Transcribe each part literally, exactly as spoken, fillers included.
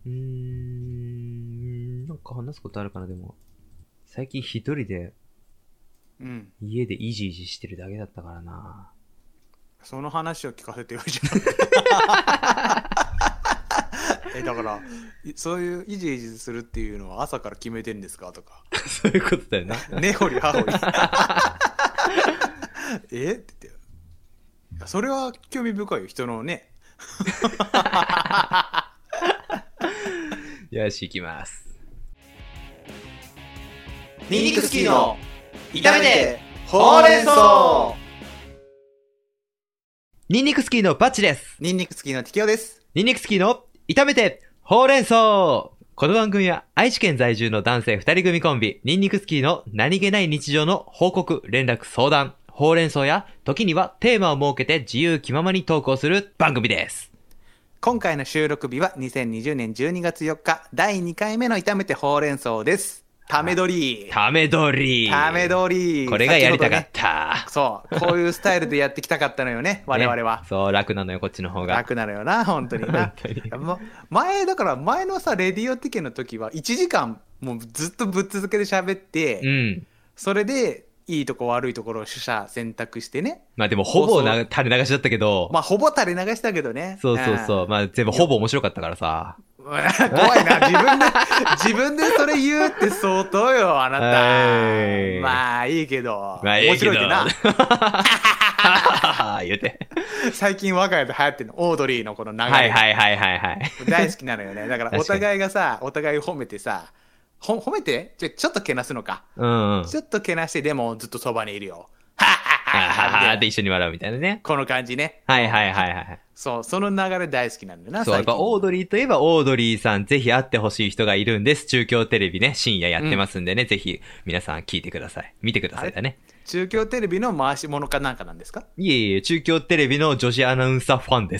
うーん、なんか話すことあるかな、でも。最近一人でうん。 家でイジイジしてるだけだったからな。 その話を聞かせてよじゃん。え、だから、いそういうイジイジするっていうのは朝から決めてんですかとか。 そういうことだよね。 根掘り葉掘り。えって言って。いやそれは興味深いよ、人のね。 よし、行きます。 ニンニクスキーの炒めてほうれん草。 ニンニクスキーのバッチです。 ニンニクスキーのティキオです。 ニンニクスキーの炒めてほうれん草。この番組は愛知県在住の男性二人組コンビ、ニンニクスキーの何気ない日常の報告、連絡、相談、ほうれん草や時にはテーマを設けて自由気ままに投稿する番組です。 今回の収録日はにせんにじゅうねんじゅうにがつよっか、だいにかいめの炒めてほうれん草です。ため撮り。 ため撮り。 ため撮り。 これがやりたかった。 ね、そう。こういうスタイルでやってきたかったのよね、我々は。 ね、そう、楽なのよ、こっちの方が。 楽なのよな、本当にな。 本当にま、前、だから前のさ、レディオティケの時はいちじかん、もうずっとぶっ続けで喋って、 うん。 それで、いいとこ悪いところを取捨選択してね。 まあでもほぼな垂れ流しだったけど。 まあほぼ垂れ流したけどね。 そうそうそう。まあ全部ほぼ面白かったからさ。 怖いな。自分で、自分でそれ言うって相当よ、あなた。まあいいけど。 まあいいけど。 面白いってな。 言うて。 最近我が家で流行ってるの、オードリーのこの流れ。 はいはいはいはいはい。 大好きなのよね。だからお互いがさ、お互い褒めてさ、ほ褒めてちょちょっとけなすのか、 うんうん、 ちょっとけなしてでもずっとそばにいるよ。 ははははで一緒に笑うみたいなね。 この感じね。 はいはいはいはい。 そう、その流れ大好きなんだよな。 そう、やっぱオードリーといえばオードリーさん、ぜひ会ってほしい人がいるんです。中京テレビね、深夜やってますんでね、うん、ぜひ皆さん聞いてください。見てくださいだね。 中京テレビの回し物かなんかなんですか？ いえいえ、中京テレビの女子アナウンサーファンです。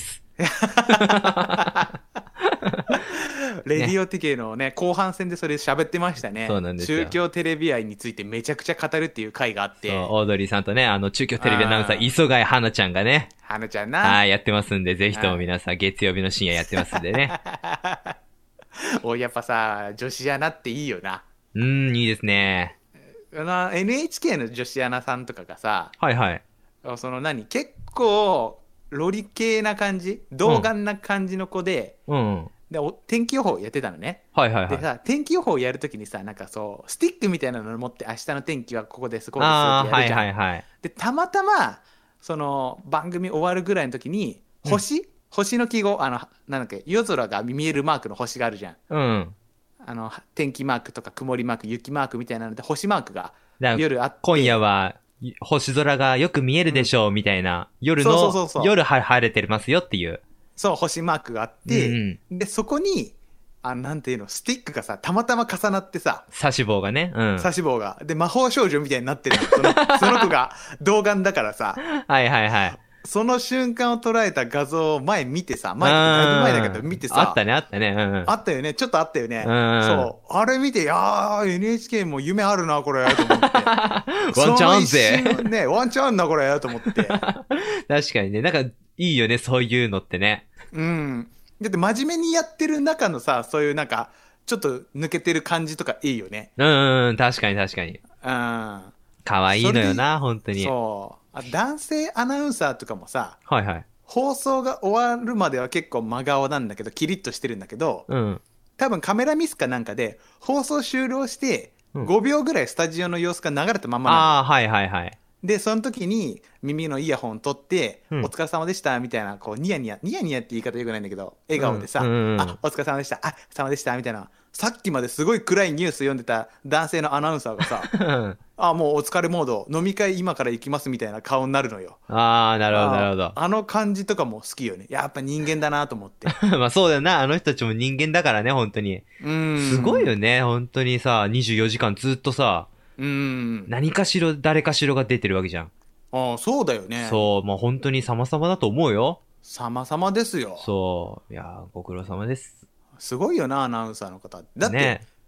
レディオティケのね、後半戦でそれ喋ってましたね。 そうなんですよ。 中京テレビ愛についてめちゃくちゃ語るっていう回があって。そう、 オードリーさんとね、あの、中京テレビアナウンサー、磯貝花ちゃんがね。 花ちゃんな。 はい、やってますんで、ぜひとも皆さん、月曜日の深夜やってますんでね。 おい、やっぱさ、女子アナっていいよな。 うーん、いいですね。 あの、エヌエイチケー の女子アナさんとかがさ、 はいはい。 その何、結構、ロリ系な感じ、童顔な感じの子で、 うん。うんでお天気予報やってたのね。 はいはいはい。 でさ、天気予報やるときにさ、なんかそう、スティックみたいなのを持って、明日の天気はここです、こうですってやるじゃん。 はいはいはい。 で、たまたま、その、番組終わるぐらいの時に、星、うん、星の記号、あの、なんだっけ、夜空が見えるマークの星があるじゃん。 うん。 あの、天気マークとか曇りマーク、雪マークみたいなので、星マークが夜あって。 今夜は、星空がよく見えるでしょう、みたいな。夜の、そうそうそうそう、夜晴れてますよっていう。 そう、星マークがあって、 うんうん、 で、そこに、あ、なんていうの、スティックがさ、たまたま重なってさ。 刺し棒がね。うん。 刺し棒が。で、魔法少女みたいになってるの。その、その子が童顔だからさ。 はいはいはい。 その瞬間を捉えた画像を前見てさ、前ってだいぶ前だけど見てさ。 あったねあったね。うん、 あったよね。ちょっとあったよね。 うん、 そう。あれ見て、いやー、エヌエイチケー も夢あるな、これ、と思って。ワンチャンあんぜ。 ね、ワンチャンあんな、これ、と思って。確かにね。なんか、いいよね、そういうのってね。 うん。だって真面目にやってる中のさ、そういうなんか、ちょっと抜けてる感じとかいいよね。 うんうん、確かに確かに。うん。可愛いのよな、本当に。 そう。あ、男性アナウンサーとかもさ、 はいはい。 放送が終わるまでは結構真顔なんだけど、キリッとしてるんだけど、 うん。 多分カメラミスかなんかで、放送終了して、ごびょうぐらいスタジオの様子が流れたままなんだよ。 ああ、はいはいはい。 で、その時に耳のイヤホン取って、 うん、 お疲れ様でしたみたいな、こう、ニヤニヤ、ニヤニヤって言い方よくないんだけど、笑顔でさ、 うんうんうん、 あ、お疲れ様でした、あ、様でしたみたいな、さっきまですごい暗いニュース読んでた男性のアナウンサーがさ、あ、もうお疲れモード、飲み会今から行きますみたいな顔になるのよ。 ああ、なるほどなるほど。 あの感じとかも好きよね。やっぱ人間だなと思って。 まあそうだよな、あの人たちも人間だからね、本当に。 うん。 すごいよね、本当にさ、にじゅうよじかんずっとさ、 うん。 何かしろ誰かしろが出てるわけじゃん。 ああ、そうだよね。 そう、まあ本当に様々だと思うよ。 様々ですよ。 そう、いやご苦労様です。 すごいよな、アナウンサーの方。だって、ね、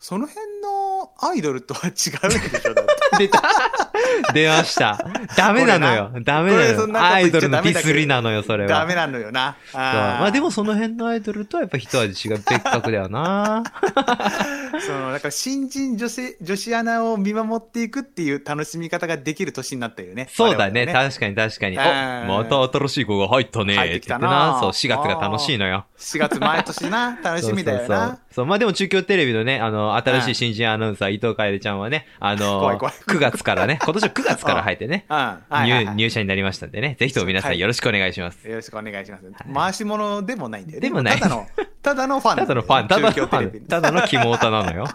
その辺のアイドルとは違うんでしょだって出た出ました。ダメなのよ。ダメなのよ。アイドルのディスりなのよ、それは。 ダメなのよな。 あまあでもその辺のアイドルとはやっぱ一味違う別格だよな。 その、だから新人女子、女子アナを見守っていくっていう楽しみ方ができる年になったよね。 そうだね。ね確かに確かに。お、また新しい子が入ったね。入ってきたな。そう、しがつが楽しいのよ。 しがつ毎年な。楽しみだよな。そうそうそう。 そう、まあでも中京テレビのね、あの、新しい新人アナウンサー、伊藤楓ちゃんはね、あの、怖い怖いくがつからね、今年はくがつから入ってね、入、入社になりましたんでね、ぜひとも皆さんよろしくお願いします。 よろしくお願いします。回し物でもないんだよね。 でもない。 ただの、ただのファン。 ただのファン、ただのファン、ただの肝オタなのよ。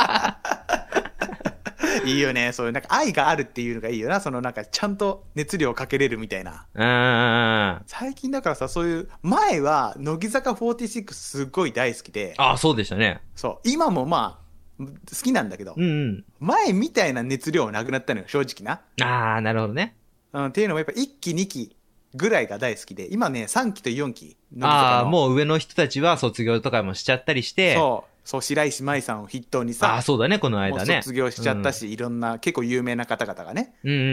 いいよね。そういう、なんか愛があるっていうのがいいよな。そのなんかちゃんと熱量をかけれるみたいな。 うん。 最近だからさ、そういう、前は乃木坂フォーティシックスすっごい大好きで。 ああ、そうでしたね。 そう。今もまあ、好きなんだけど、 うんうん、 前みたいな熱量はなくなったのよ、正直な。 ああ、なるほどね。 うん、っていうのもやっぱいっきにきぐらいが大好きで、今ね、さんきとよんき。 ああ、もう上の人たちは卒業とかもしちゃったりして。 そう。そう、白石麻衣さんを筆頭にさ。 ああ、そうだね、この間ね。 卒業しちゃったし、うん、いろんな結構有名な方々がね。 うん、うん。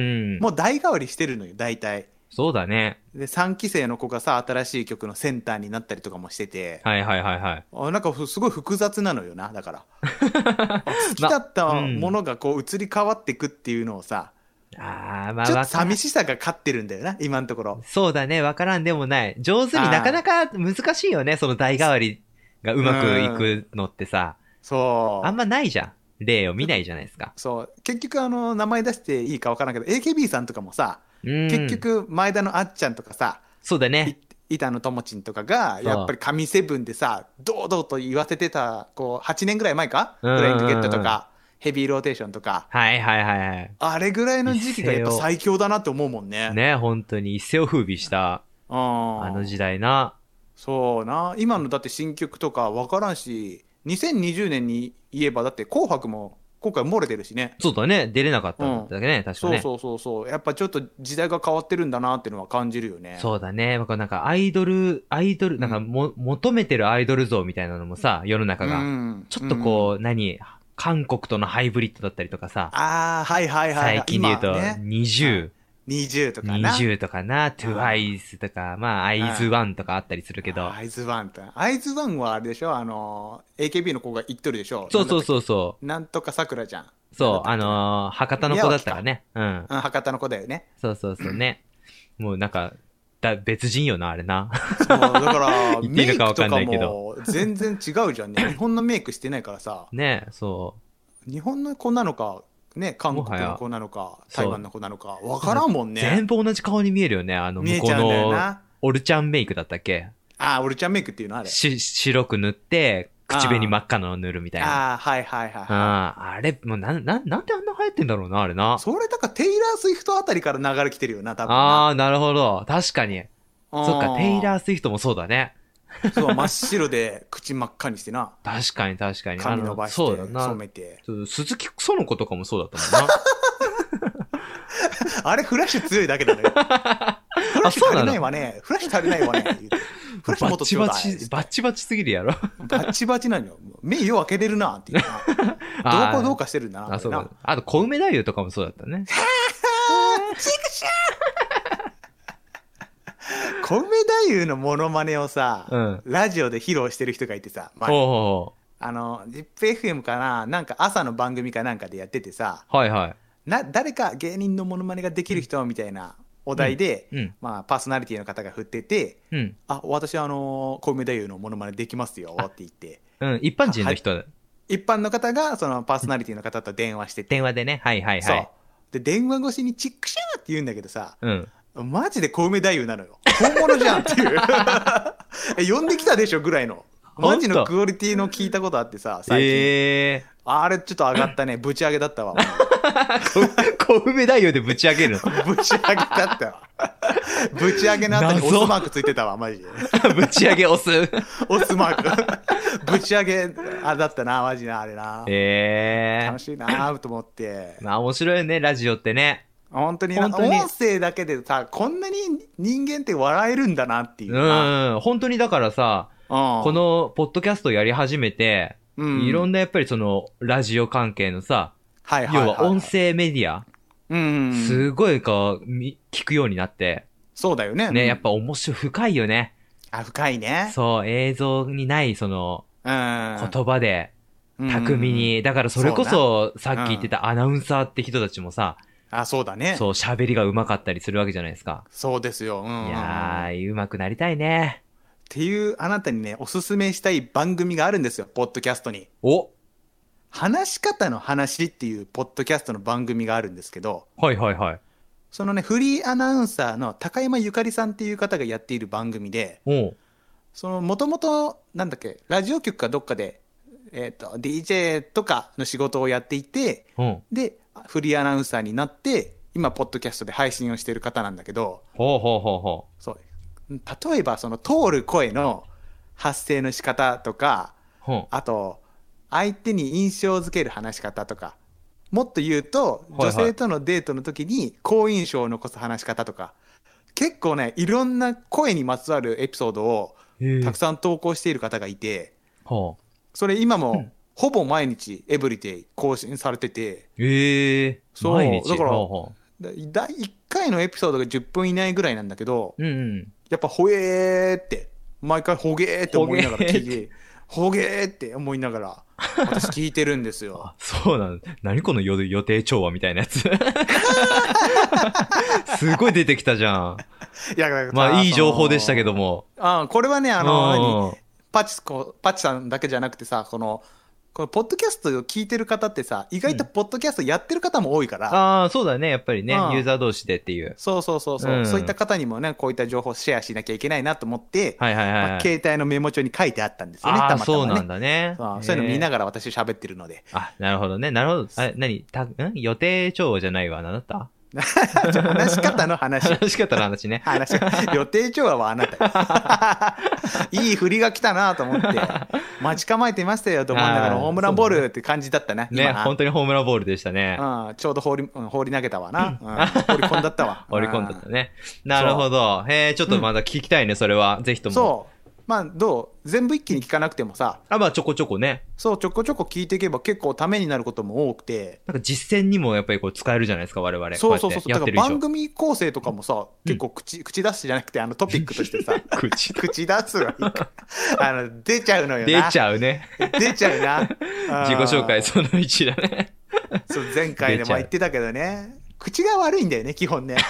もう代替わりしてるのよ、大体。 そうだね。 で、さんき生の子がさ、新しい曲のセンターになったりとかもしてて。 はいはいはいはい。 あ、なんかすごい複雑なのよな、だから。好きだったものがこう移り変わっていくっていうのをさ、 あまあ、 ちょっと寂しさが勝ってるんだよな、今のところ。 そうだね、わからんでもない。上手になかなか難しいよね、その代替わりがうまくいくのってさ。そう。あんまないじゃん。例を見ないじゃないですか。 そう。結局あの、名前出していいかわからんけど、エーケービー さんとかもさ、結局、前田のあっちゃんとかさ、 そうだね。 板野友珍とかが、やっぱり神セブンでさ、堂々と言わせてた、こう、はちねんぐらい前かフライングゲットとか、ヘビーローテーションとか。 はいはいはいはい。 あれぐらいの時期がやっぱ最強だなって思うもんね。 ね、本当に一世を風靡した、あの時代な。 そうな。今のだって新曲とかわからんし、にせんにじゅうねんに言えばだって紅白も今回漏れてるしね。 そうだね。出れなかったんだけどね、うん、確かね。 そうそうそうそう。やっぱちょっと時代が変わってるんだなっていうのは感じるよね。 そうだね。なんかアイドル、アイドル、なんかも、うん、求めてるアイドル像みたいなのもさ、世の中が。うん、ちょっとこう、うん、何韓国とのハイブリッドだったりとかさ。 ああ、はいはいはい。 最近で言うと、にじゅう。 にじゅうとかな。 にじゅうとかな、トゥワイスとか、まあ、アイズワンとかあったりするけど。 アイズワンと。アイズワンはあれでしょあの、エーケービー の子が言っとるでしょ。 そうそうそうそう。 なんとかさくらちゃん。 そう、あのー、博多の子だったらね。うん。 博多の子だよね。 そうそうそうね。もうなんか、だ別人よな、あれな。 そう、だから、メイクとかも全然違うじゃんね。日本のメイクしてないからさ。 ねそう。 日本の子なのか、ね、韓国の子なのか、台湾の子なのか、わからんもんね。 全部同じ顔に見えるよね、あの、向こうの、オルちゃんメイクだったっけ？ ああ、オルちゃんメイクっていうのあれ。 し、白く塗って、口紅真っ赤なの塗るみたいな。 ああ、はいはいはい。 ああ、あれ、もうな、な、なんであんな流行ってんだろうな、あれな。 それだからテイラー・スウィフトあたりから流れ来てるよな、多分な。 ああ、なるほど。確かに。そっか、テイラー・スウィフトもそうだね。 そう、真っ白で口真っ赤にしてな。 確かに確かに。 髪伸ばして、そうだな。染めて。 鈴木園子とかもそうだったもんな。 あれフラッシュ強いだけだね。フラッシュ足りないわね。フラッシュ足りないわね。フラッシュもっと強い。 バチバチ、バチバチすぎるやろ。 バチバチなのよ。目よう開けれるなっていうな。どうかどうかしてるんだな。 あ、そうだ。あと、小梅太夫とかもそうだったね。 小梅太夫のモノマネをさ、うん、ラジオで披露してる人がいてさ、前にあの、ジップエフエム かな、なんか朝の番組かなんかでやっててさ、 はいはい。 な、誰か芸人のモノマネができる人みたいなお題で、うんうん、まあ、パーソナリティの方が振ってて、うん、あ、私あの、小梅太夫のモノマネできますよって言って。 うん、一般人の人、はい、 一般の方が、そのパーソナリティの方と電話してて。 電話でね、はいはいはい。 そう。で、電話越しにチックシャーって言うんだけどさ、うん。マジで小梅太夫なのよ。本物じゃんっていう。呼んできたでしょぐらいの。マジのクオリティの聞いたことあってさ、最近。えー、あれちょっと上がったね。ぶち上げだったわ。 小梅太夫でぶち上げるのぶち上げだったわ。ぶち上げの後にオスマークついてたわ、マジで。 ぶち上げオス。 オスマーク。ぶち上げ、あれだったな、マジな、あれな。えー、楽しいなと思って。 まあ面白いよね、ラジオってね。 本当になんか音声だけでさ、こんなに人間って笑えるんだなっていう。 うん、本当にだからさ、このポッドキャストやり始めて、 うん、 いろんなやっぱりその、ラジオ関係のさ、 はいはいはいはい、 要は音声メディア、 うんうんうん、 すごいこう、聞くようになって、 そうだよね。 ね、 うん、 やっぱ面白い、深いよね。 あ、深いね。 そう、映像にないその、 うん、 言葉で、巧みに、うん、だからそれこそ、さっき言ってたアナウンサーって人たちもさ、 あ、そうだね。 そう、喋りが上手かったりするわけじゃないですか。 そうですよ。うんうんうん、 いやー、上手くなりたいね。 っていう、あなたにね、おすすめしたい番組があるんですよ、ポッドキャストに。 お話し方の話っていうポッドキャストの番組があるんですけど、 はいはいはい。 そのね、フリーアナウンサーの高山ゆかりさんっていう方がやっている番組で、 おその、もともと、なんだっけ、ラジオ局かどっかで、えっと、ディージェー とかの仕事をやっていて、 うん、 で、フリーアナウンサーになって、今、ポッドキャストで配信をしている方なんだけど、 ほうほうほうほう。そう。例えば、その、通る声の発声の仕方とか、 うん、 あと、相手に印象づける話し方とか、もっと言うと、 はいはい、 女性とのデートの時に好印象を残す話し方とか、結構ね、いろんな声にまつわるエピソードをたくさん投稿している方がいて、それ今もほぼ毎日エブリデイ更新されてて、 えー、 そう毎日だからだいいっかいのエピソードがじゅっぷん以内ぐらいなんだけど、 うんうん、 やっぱほえーって毎回ほげーって思いながら聞いて、ほげーって思いながら私聞いてるんですよ。 あ、そうなんだ。何この予予定調和みたいなやつ。すごい出てきたじゃん。 いや、 まあいい情報でしたけども。 あ、これはね、あの、何パチコ、パチさんだけじゃなくてさ、この、このポッドキャストを聞いてる方ってさ、意外とポッドキャストやってる方も多いから。 うん、ああ、そうだね。やっぱりね、うん、ユーザー同士でっていう。 そうそうそうそう、うん。そういった方にもね、こういった情報をシェアしなきゃいけないなと思って、 はいはいはい、 まあ、携帯のメモ帳に書いてあったんですよね、 あたまたまね。 そうなんだね。 そう、そういうの見ながら私喋ってるので。 あ、なるほどね。なるほど。あれ、何た、ん予定調和じゃないわ。何だった話し方の話。 話し方の話ね。 話予定調和はあなた。いい振りが来たなと思って、待ち構えてましたよと思うんだから、ホームランボールって感じだったね。 ね、本当にホームランボールでしたね。 うん、ちょうど放り、放り投げたわな。うん、放り込んだったわ。 放り込んだったね。なるほど。へえ、ちょっとまだ聞きたいね、それは。ぜひとも。 そう。まあ、どう全部一気に聞かなくてもさ。 あ、まあ、ちょこちょこね。 そう、ちょこちょこ聞いていけば結構ためになることも多くて。 なんか実践にもやっぱりこう使えるじゃないですか、我々。 そうそうそう。だから番組構成とかもさ、うん、結構口、口出すじゃなくて、あのトピックとしてさ。 口口出すわ。あの、出ちゃうのよな。 出ちゃうね。 出ちゃうな。 自己紹介そのいちだね。 そう、前回でも言ってたけどね。口が悪いんだよね、基本ね。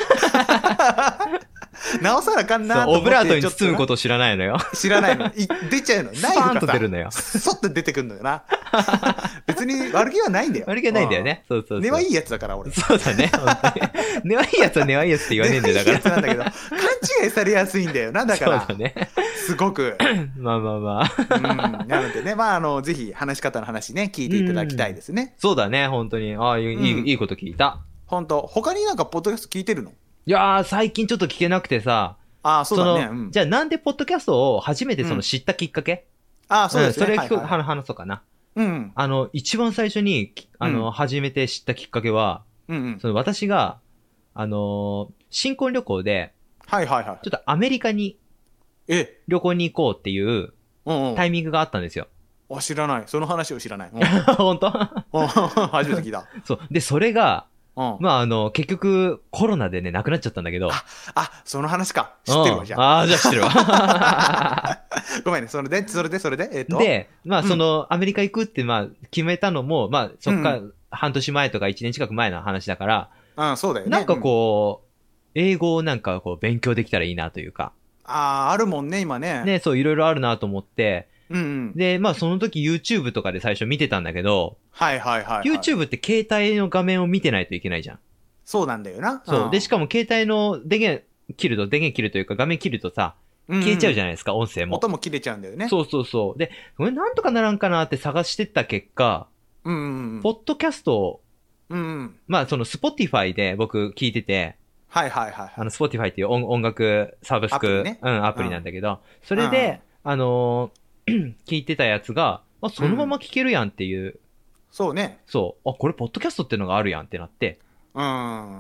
直さなあかんなと思って。 オブラートに包むこと知らないのよ。 知らないの。出ちゃうの。ナイフがさ、 スパーンと出るのよ。 そっと出てくるのよな。別に悪気はないんだよ。 悪気はないんだよね。そうそうそう。 根はいいやつだから、俺。 そうだね。根はいいやつは根はいいやつって言わねえんだよ、だから。 根はいいやつなんだけど、勘違いされやすいんだよな、だから。 そうだね。 すごく。 まあまあまあ。うん。なのでね、まあ、あの、ぜひ話し方の話ね、聞いていただきたいですね。 そうだね、本当に。ああ、いい、うん、いいこと聞いた。 本当他になんかポッドキャスト聞いてるの？ いやー、最近ちょっと聞けなくてさ。 ああ、そうだね。 うん、じゃあなんでポッドキャストを初めてその知ったきっかけ、 うん、ああ、そうですね。 うん、それ聞く、 はいはい、 話そうかな。 うん。 あの、一番最初に、あの、うん、初めて知ったきっかけは、 うんうん、 その私が、あのー、新婚旅行で、 はいはいはい。 ちょっとアメリカに、 え旅行に行こうっていう、タイミングがあったんですよ。 あ、知らない。その話を知らない。 本当初めて聞いた。 そう。で、それが、うん、まあ、あの、結局、コロナでね、亡くなっちゃったんだけど。 あ、あ、その話か。知ってるわ、じゃあ。 ああ、じゃあ知ってるわ。 ごめんね、それで、それで、それで、えっと。 で、まあ、その、アメリカ行くって、まあ、決めたのも、まあ、そっから半年前とかいちねん近く前の話だから、 うん、そうだよね。 なんかこう、英語をなんかこう、勉強できたらいいなというか。 ああ、あるもんね、今ね。 ね、そう、いろいろあるなと思って、 うんうん、 で、まあその時 YouTube とかで最初見てたんだけど、 はいはいはい、はい。 YouTube って携帯の画面を見てないといけないじゃん。 そうなんだよな。 そう。で、しかも携帯の電源切ると、電源切るというか画面切るとさ、消えちゃうじゃないですか、うんうん、音声も。 音も切れちゃうんだよね。 そうそうそう。で、これなんとかならんかなって探してった結果、 うんうんうん、 ポッドキャストを、 うんうん、 まあその Spotify で僕聞いてて、 はいはいはい。 あの Spotify っていう音音楽サブスク、 ね、 うん、アプリなんだけど、うん、それで、うん、あのー、聞いてたやつが、まあ、そのまま聞けるやんっていう、うん。 そうね。 そう。あ、これ、ポッドキャストっていうのがあるやんってなって。 うん。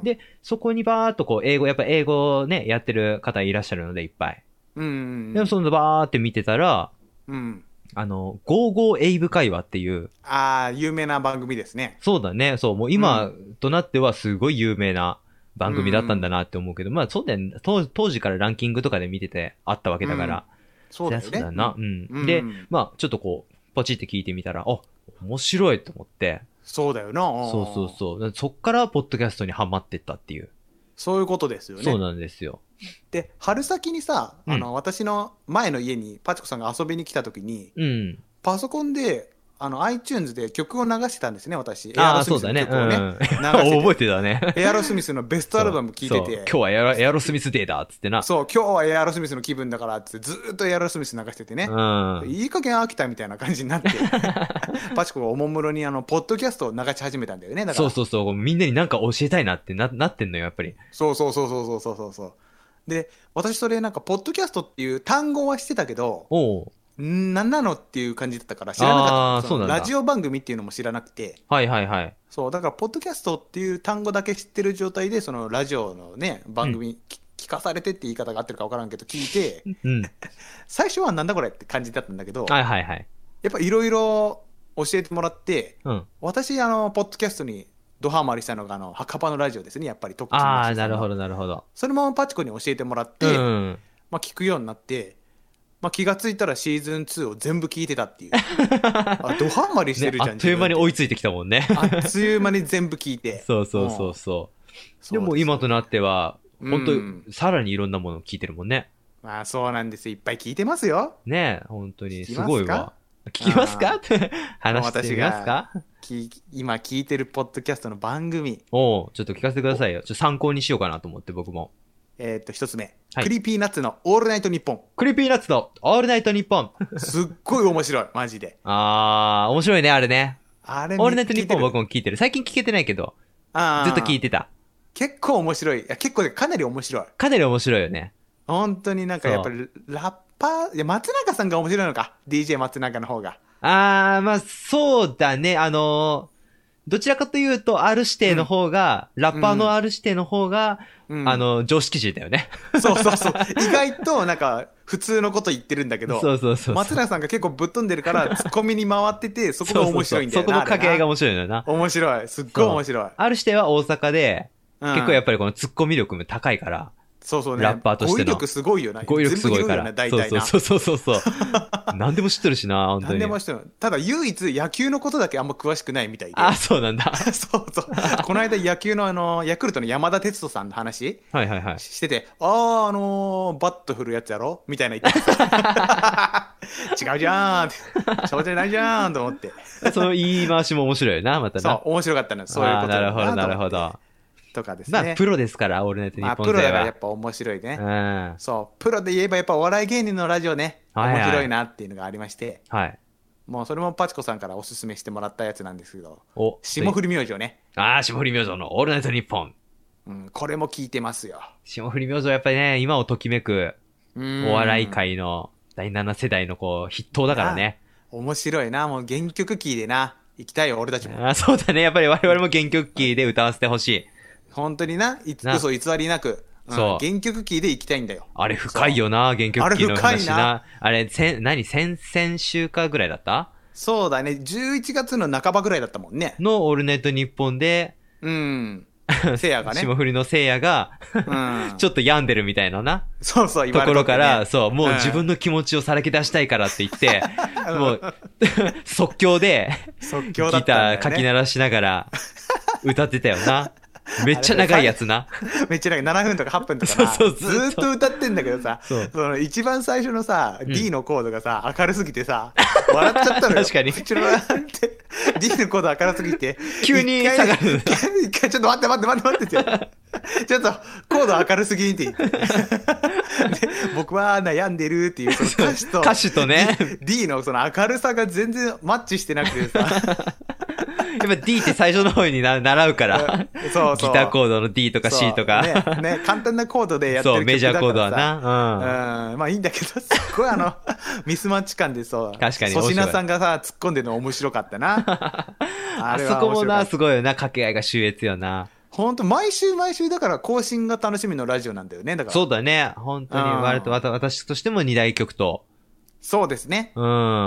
で、そこにバーっとこう、英語、やっぱ英語ね、やってる方いらっしゃるので、いっぱい。 うん。 でも、そのバーって見てたら、 うん。 あの、ゴーゴーエイブ会話っていう。 ああ、有名な番組ですね。 そうだね。そう、もう今となってはすごい有名な番組だったんだなって思うけど、うん、まあそうだよね。当当時からランキングとかで見ててあったわけだから。うん、 そうだよね。 そうだな。うん。うん、で、まあちょっとこう、ポチって聞いてみたら、あ、面白いと思って。 そうだよな。 そうそうそう。そっからポッドキャストにハマってったっていう。 そういうことですよね。 そうなんですよ。 で、春先にさ、あの、うん、私の前の家にパチコさんが遊びに来た時に、うん、パソコンで、あの、iTunes で曲を流してたんですね、私。エアロスミスの曲をね。 ああ、そうだね。うん、覚えてたね。 エアロスミスのベストアルバム聴いてて。 今日はエアロ、エアロスミスデーだっつってな。 そう、今日はエアロスミスの気分だからっつって、ずーっとエアロスミス流しててね。うん、いい加減飽きたみたいな感じになって、パチコがおもむろに、あの、ポッドキャストを流し始めたんだよね。だからそうそうそう。みんなになんか教えたいなってな、なってんのよ、やっぱり。 そうそうそうそうそうそうそう。で、私それなんか、ポッドキャストっていう単語はしてたけど、おう。んなんなのっていう感じだったから知らなかった。そのラジオ番組っていうのも知らなくて。 はいはいはい。 そう、だから、ポッドキャストっていう単語だけ知ってる状態で、そのラジオのね、番組、うん、聞かされてって言い方が合ってるか分からんけど、聞いて、うん、最初はなんだこれって感じだったんだけど、 はいはいはい。 やっぱいろいろ教えてもらって、うん、私、あの、ポッドキャストにドハマりしたのが、あの、墓場のラジオですね、やっぱり特に。ああ、なるほどなるほど。 それもパチコに教えてもらって、うん、まあ聞くようになって、まあ、気がついたらシーズンツーを全部聞いてたっていう。あ、ドハマりしてるじゃん、ね、 あっという間に追いついてきたもんね。 あっという間に全部聞いて。 そうそうそうそう。でも今となっては、本当にさらにいろんなものを聞いてるもんね。 まあそうなんですよ。いっぱい聞いてますよ。 ねえ、本当にすごいわ。聞きますかって話してみますか今聞いてるポッドキャストの番組。 おう、ちょっと聞かせてくださいよ。ちょっと参考にしようかなと思って僕も。 えっと、一つ目、はい。クリーピーナッツのオールナイトニッポン。 クリーピーナッツのオールナイトニッポン。 すっごい面白い、マジで。 あー、面白いね、あれね。 あれオールナイトニッポン僕も聞いてる。最近聞けてないけど、あずっと聞いてた。 結構面白い。いや、結構でかなり面白い。 かなり面白いよね。 本当になんかやっぱりラッパー、いや、松中さんが面白いのか。ディージェー 松中の方が。 あー、まあ、そうだね。あのー、どちらかというと、R 指定の方が、うん、ラッパーの R 指定の方が、うん、あの、常識人だよね。 そうそうそう。意外と、なんか、普通のこと言ってるんだけど、 そうそうそう。 松永さんが結構ぶっ飛んでるから、ツッコミに回ってて、そこが面白いんだよな。 そうそうそう、そこの掛け合いが面白いんだよな。 面白い。すっごい面白い。 R 指定は大阪で、うん、結構やっぱりこのツッコミ力も高いから、 そうそうね。 ラッパーとしての。 語彙力すごいよな。 語彙力すごいから。 ね、大体な。 そうそうそうそう。何でも知ってるしな、本当に。 何でも知ってる。ただ唯一野球のことだけあんま詳しくないみたいで。 あ、そうなんだ。 そうそう。この間野球のあの、ヤクルトの山田哲人さんの話はいはいはい。 してて、ああ、あのー、バット振るやつやろみたいな言ってた。違うじゃーんって。そうじゃないじゃーんと思って。 その言い回しも面白いよな、またな。 そう、面白かったの。そういうことなるほど、なるほど。 とかですね。 まあ、プロですから、オールナイトニッポン勢は。 まあ、プロだからやっぱ面白いね。うん。そう。プロで言えばやっぱお笑い芸人のラジオね、はいはい、面白いなっていうのがありまして。はい。もうそれもパチコさんからおすすめしてもらったやつなんですけど。お霜降り明星ね。 ああ、霜降り明星のオールナイトニッポン。 うん、これも聞いてますよ。 霜降り明星はやっぱりね、今をときめく、お笑い界のだいなな世代のこう、筆頭だからね。 面白いな。もう原曲キーでな、行きたいよ、俺たちも。 あ、そうだね。やっぱり我々も原曲キーで歌わせてほしい。 本当にな、嘘偽りなく、うん、そう原曲キーで行きたいんだよ。 あれ深いよな、原曲キーの話な。あれ深いな。あれ、せ何先々週かぐらいだった？ そうだね、じゅういちがつの半ばぐらいだったもんね。 のオールナイトニッポンで、 うん。せいやがね。 霜降りのせいやが、うん、ちょっと病んでるみたいなな。 そうそう、 言われて、ね、ところから、そう、もう自分の気持ちをさらけ出したいからって言って、うん、もう、即興で、 即興だったんだよね、 ギターかき鳴らしながら、歌ってたよな。めっちゃ長いやつな。 めっちゃ長い。ななふんとかはっぷんとかな。そうそうずーっと歌ってんだけどさ、そその一番最初のさ、うん、D のコードがさ、明るすぎてさ、笑っちゃったのよ。 確かに。 ちょっと待って、D のコード明るすぎて。 急に下がる。 一回ちょっと待って待って待って待ってって。ちょっとコード明るすぎんって言って。僕は悩んでるっていうその歌詞と、 歌詞とね、 D のその明るさが全然マッチしてなくてさ。 やっぱ D って最初の方にな習うから。そうそう。ギターコードの D とか C とか。 ね、ね、簡単なコードでやってる曲だからさ。そう、 メジャーコードはな。 うん。うん、まあいいんだけど、すっごいあの、ミスマッチ感でそう。 確かに。 粗品さんがさ、突っ込んでるの面白かったな。 あれはあそこもな、すごいよな、掛け合いが秀逸よな。 ほんと、毎週毎週だから更新が楽しみのラジオなんだよね、だから。 そうだね。本当に割と私としても二大曲と。 そうですね。 うん。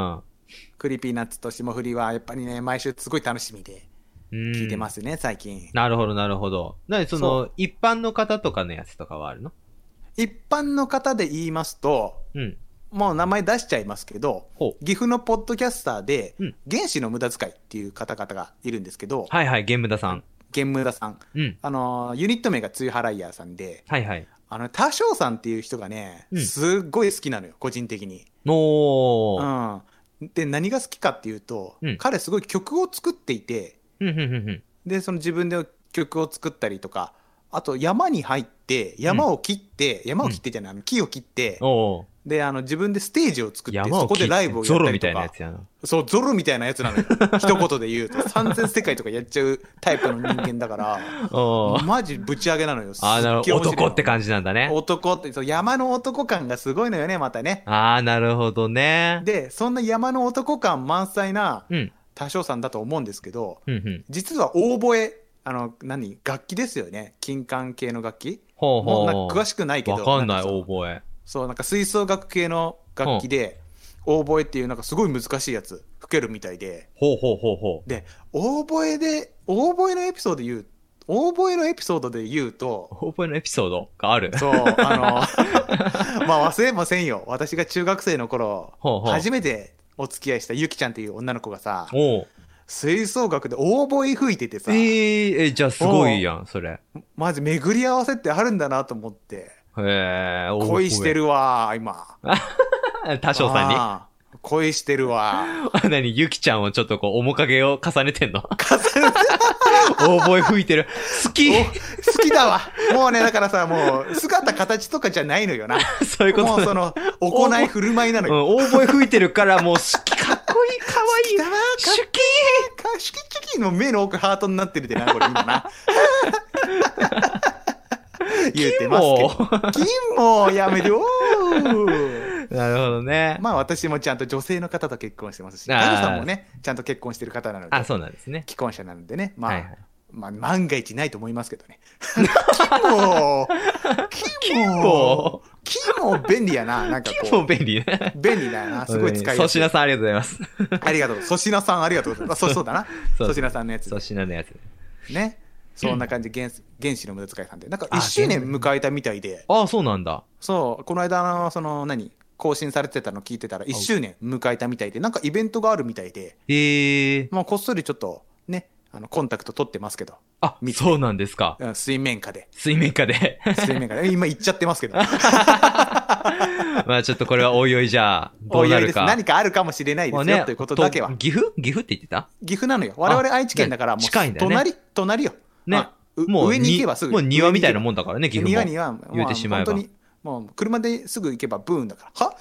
クリーピーナッツと霜降りはやっぱりね、毎週すごい楽しみで聞いてますね、最近。 なるほど、なるほど。なにその、一般の方とかのやつとかはあるの？ 一般の方で言いますと、うん、もう名前出しちゃいますけど、岐阜のポッドキャスターで、うん、原始の無駄遣いっていう方々がいるんですけど、 はいはい、玄無駄さん。 玄無駄さん。うん、あの、ユニット名がツイハライヤーさんで、 はいはい。 あの、多少さんっていう人がね、うん、すっごい好きなのよ、個人的に。 おー。うん。で、何が好きかっていうと、うん、彼すごい曲を作っていて、 うんうんうんうん、 で、その自分で曲を作ったりとか、あと山に入って山を切って、うん、山を切ってじゃない、うん、木を切って、 おであの自分でステージを作ってそこでライブをやったりとか、ゾロみたいなやつやな。そうゾロみたいなやつなのよ一言で言うとさんぜん世界とかやっちゃうタイプの人間だからマジぶち上げなのよ。 ああなるほど、男って感じなんだね。 男ってそう山の男感がすごいのよね、またね。 ああなるほどね。 でそんな山の男感満載な多少さんだと思うんですけど、うんうん、実はオーボエ、あの何楽器ですよね、金管系の楽器。 ほうほう、 もうなんか詳しくないけどわかんない。オーボエ、 そうなんか吹奏楽系の楽器で、オーボエっていうなんかすごい難しいやつ吹けるみたいで、 ほうほうほうほう。 でオーボエでオーボエのエピソード言うオーボエのエピソードで言うとオーボエのエピソードがある。 そうあのまあ忘れませんよ、私が中学生の頃ほうほう初めてお付き合いしたゆきちゃんっていう女の子がさ、お吹奏楽でオーボエ吹いててさ、 えー、えじゃあすごいやんそれ。 マジ巡り合わせってあるんだなと思って、 へー、 恋してるわ今多少さんに恋してるわ何ゆきちゃんをちょっとこう面影を重ねてんの重ねてオーボエ吹いてる。好き好きだわ。もうねだからさ、もう姿形とかじゃないのよなそういうこと。 もうその行い振る舞いなのよ、 うん、オーボエ吹いてるからもう好き、かっこいい、かわいい、 好きだわ、 シュキーシュキチュキの目の奥ハートになってるでなこれ今な言うてますけど、金もやめてよなるほどね。 まあ私もちゃんと女性の方と結婚してますし、ダルさんもねちゃんと結婚してる方なので、 あ、そうなんですね。 既婚者なのでね、まあ、はいはい、まあ万が一ないと思いますけどね。金も金も金も便利やな、なんかこう。 金も便利ね。 便利だよな、すごい使いやすい。 粗品さんありがとうございます。 ありがとう。粗品さんありがとうございます。そうそうだな。粗品さんのやつ。 粗品のやつね。そんな感じで、原始の無駄遣いさんでなんかいっしゅうねん迎えたみたいで。 ああそうなんだ。 そうこの間のその何更新されてたの聞いてたらいっしゅうねん迎えたみたいで、なんかイベントがあるみたいで、 へえ。 まあこっそりちょっとねあのコンタクト取ってますけど。 あ、そうなんですか。 うん、水面下で水面下で水面下で今言っちゃってますけどまあちょっとこれはおいおいじゃあどうなるか。 何かあるかもしれないですよ、ね、ということだけは。 岐阜岐阜って言ってた。 岐阜なのよ。我々愛知県だからもう近いんだよね。 隣隣よね、 まあ、もう上に行けばすぐ。 もう庭みたいなもんだからね、岐阜も。 庭には、まあ、 言うてしまえば。 本当にもう車ですぐ行けばブーンだから。は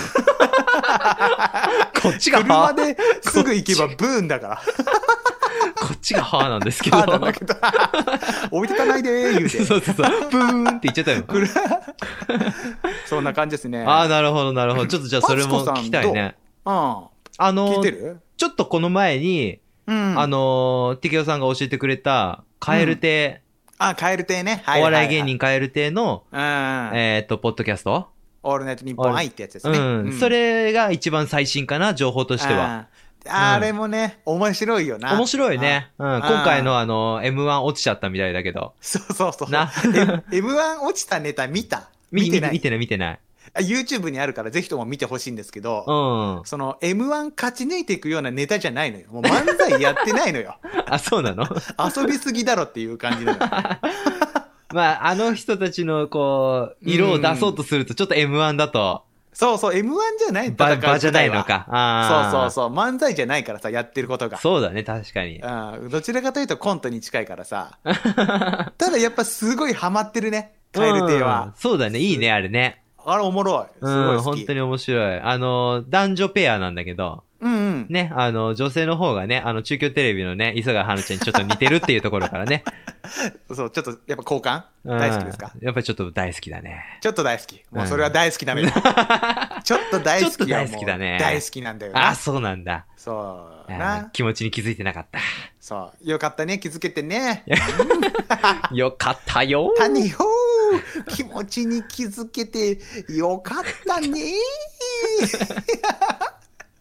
こっちが車ですぐ行けばブーンだから。 こっちがはーなんですけど。 なんだけど置いてかないでー言うて。 そうそうそう。ブーンって言っちゃったよ。 そんな感じですね。 ああ、なるほどなるほど。ちょっとじゃあそれも聞きたいね。 うん。あの聞いてる？ ちょっとこの前に、うん、あのー、ティケオさんが教えてくれた、カエル亭、 うん、あ、カエル亭ね。 はいはいはい、お笑い芸人カエル亭の、うん、えっと、ポッドキャストオールナイトニッポン愛ってやつですね。 うん。うん、それが一番最新かな、情報としては。 あ, あれもね、うん、面白いよな。 面白いね。うん。今回のあの、エムワン 落ちちゃったみたいだけど。 そうそうそう。 な。 エムワン 落ちたネタ見た？ 見てない。見てない見てない。 YouTube にあるからぜひとも見てほしいんですけど、うん、その エムワン 勝ち抜いていくようなネタじゃないのよ。もう漫才やってないのよ。 あ、そうなの？ 遊びすぎだろっていう感じなのよ。 まあ、あの人たちのこう、色を出そうとするとちょっと エムワン だと。 そうそう、エムワン じゃない場場じゃないのか。 あそうそうそう、漫才じゃないからさ、やってることが。 そうだね、確かに。 うん、どちらかというとコントに近いからさ。ただやっぱすごいハマってるね、カエル亭は、 うん。そうだね、いいね、あれね。 あれおもろい。すごい好き。 うん、本当に面白い。あの、男女ペアなんだけど。 うんうん。 ね、あの、女性の方がね、あの、中京テレビのね、磯川花ちゃんにちょっと似てるっていうところからね。 そう、ちょっと、やっぱ好感大好きですか？ やっぱりちょっと大好きだね。 ちょっと大好き。もうそれは大好きなのよ。ちょっと大好き。 ちょっと大好きだね。 大好きなんだよな。 あ、そうなんだ。 そうな。 気持ちに気づいてなかった。 そう。よかったね、気づけてね。 よかったよ。 たねよ。気持ちに気づけてよかったね。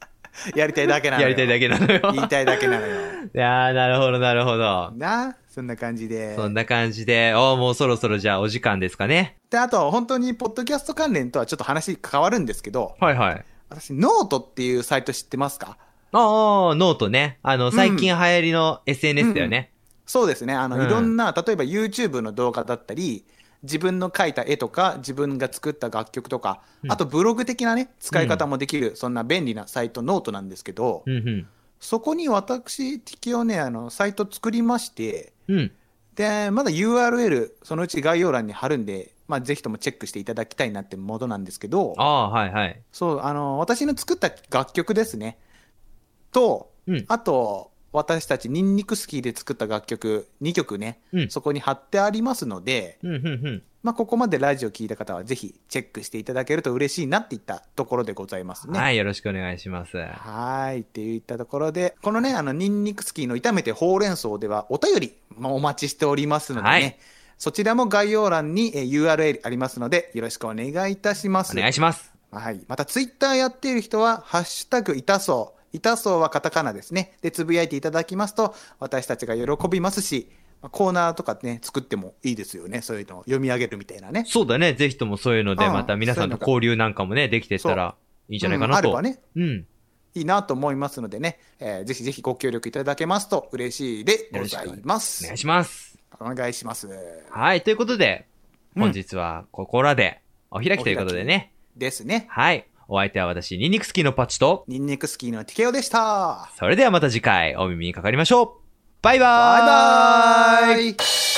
やりたいだけなのよ。 やりたいだけなのよ。 言いたいだけなのよ。 いやー、なるほど、なるほど。 な、そんな感じで。 そんな感じで、おもうそろそろじゃあお時間ですかね。 で、あと、本当に、ポッドキャスト関連とはちょっと話変わるんですけど、 はいはい。 私、ノートっていうサイト知ってますか？ ああ、ノートね。あの、最近流行りの エスエヌエス だよね。うんうん、 そうですね。あの、 うん、 いろんな、例えば YouTube の動画だったり、自分の描いた絵とか、自分が作った楽曲とか、うん、あとブログ的なね、使い方もできる、うん、そんな便利なサイト、ノートなんですけど、 うんうん、 そこに私、適用ね、あの、サイト作りまして、 うん、 で、まだ ユーアールエル、そのうち概要欄に貼るんで、まあ、ぜひともチェックしていただきたいなってものなんですけど、 ああ、はいはい。 そう、あの、私の作った楽曲ですね。と、うん、あと、私たちニンニクスキーで作った楽曲にきょくね、うん、そこに貼ってありますので、 うんうんうん、 まあ、ここまでラジオ聞いた方はぜひチェックしていただけると嬉しいなっていったところでございますね。 はい、よろしくお願いします。 はい、っていったところで、このね、あの、ニンニクスキーの炒めてほうれん草ではお便りもお待ちしておりますのでね、はい、そちらも概要欄に ユーアールエル ありますので、よろしくお願いいたします。 お願いします。 はい。また、ツイッターやっている人は、ハッシュタグ、いたそう。いたそうはカタカナですね。で、つぶやいていただきますと、私たちが喜びますし、コーナーとかね、作ってもいいですよね。そういうのを読み上げるみたいなね。 そうだね。ぜひともそういうので、また皆さんと交流なんかもね、できてったらいいんじゃないかなと。 うん、あればね。 うん。 いいなと思いますのでね、えー、ぜひぜひご協力いただけますと嬉しいでございます。 お願いします。 お願いします。 はい。ということで、本日はここらでお開きということでね。 ですね。 はい。お相手は私、ニンニクスキーのパッチと、 ニンニクスキーのティケオでした。 それではまた次回お耳にかかりましょう。バイバーイ。 バイバーイ。